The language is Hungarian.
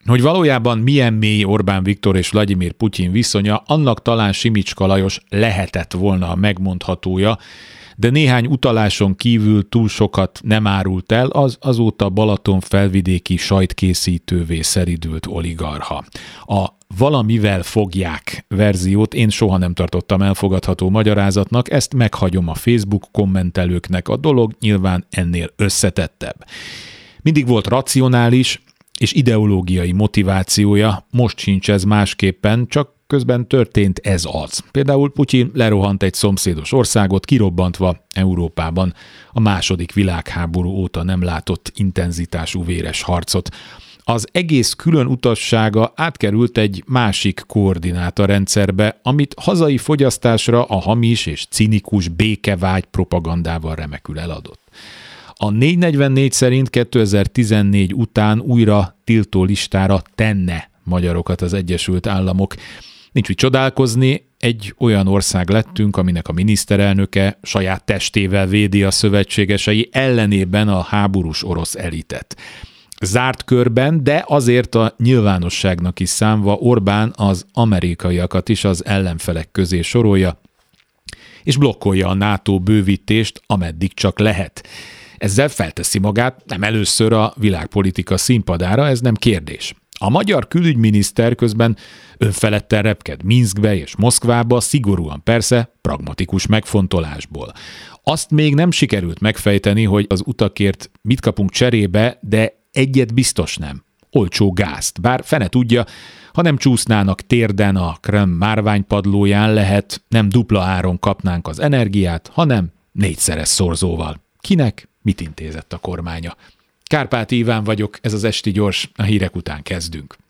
Hogy valójában milyen mély Orbán Viktor és Vladimir Putyin viszonya, annak talán Simicska Lajos lehetett volna a megmondhatója, de néhány utaláson kívül túl sokat nem árult el az azóta Balaton felvidéki sajtkészítővé szeridült oligarcha. A valamivel fogják verziót én soha nem tartottam elfogadható magyarázatnak, ezt meghagyom a Facebook kommentelőknek, a dolog nyilván ennél összetettebb. Mindig volt racionális és ideológiai motivációja, most sincs ez másképpen, csak közben történt ez az. Például Putyin lerohant egy szomszédos országot, kirobbantva Európában a második világháború óta nem látott intenzitású véres harcot. Az egész külön utassága átkerült egy másik koordinátorrendszerbe, amit hazai fogyasztásra a hamis és cinikus békevágy propagandával remekül eladott. A 444 szerint 2014 után újra tiltó listára tenne magyarokat az Egyesült Államok. Nincs mit csodálkozni, egy olyan ország lettünk, aminek a miniszterelnöke saját testével védi a szövetségesei ellenében a háborús orosz elitet. Zárt körben, de azért a nyilvánosságnak is számva Orbán az amerikaiakat is az ellenfelek közé sorolja, és blokkolja a NATO bővítést, ameddig csak lehet. Ezzel felteszi magát nem először a világpolitika színpadára, ez nem kérdés. A magyar külügyminiszter közben önfeledten repked Minszkbe és Moszkvába, szigorúan persze pragmatikus megfontolásból. Azt még nem sikerült megfejteni, hogy az utakért mit kapunk cserébe, de egyet biztos nem. Olcsó gázt. Bár fene tudja, ha nem csúsznának térden a Krem márványpadlóján, lehet, nem dupla áron kapnánk az energiát, hanem 4-szeres szorzóval. Kinek mit intézett a kormánya? Kárpáti Iván vagyok, ez az Esti Gyors, a hírek után kezdünk.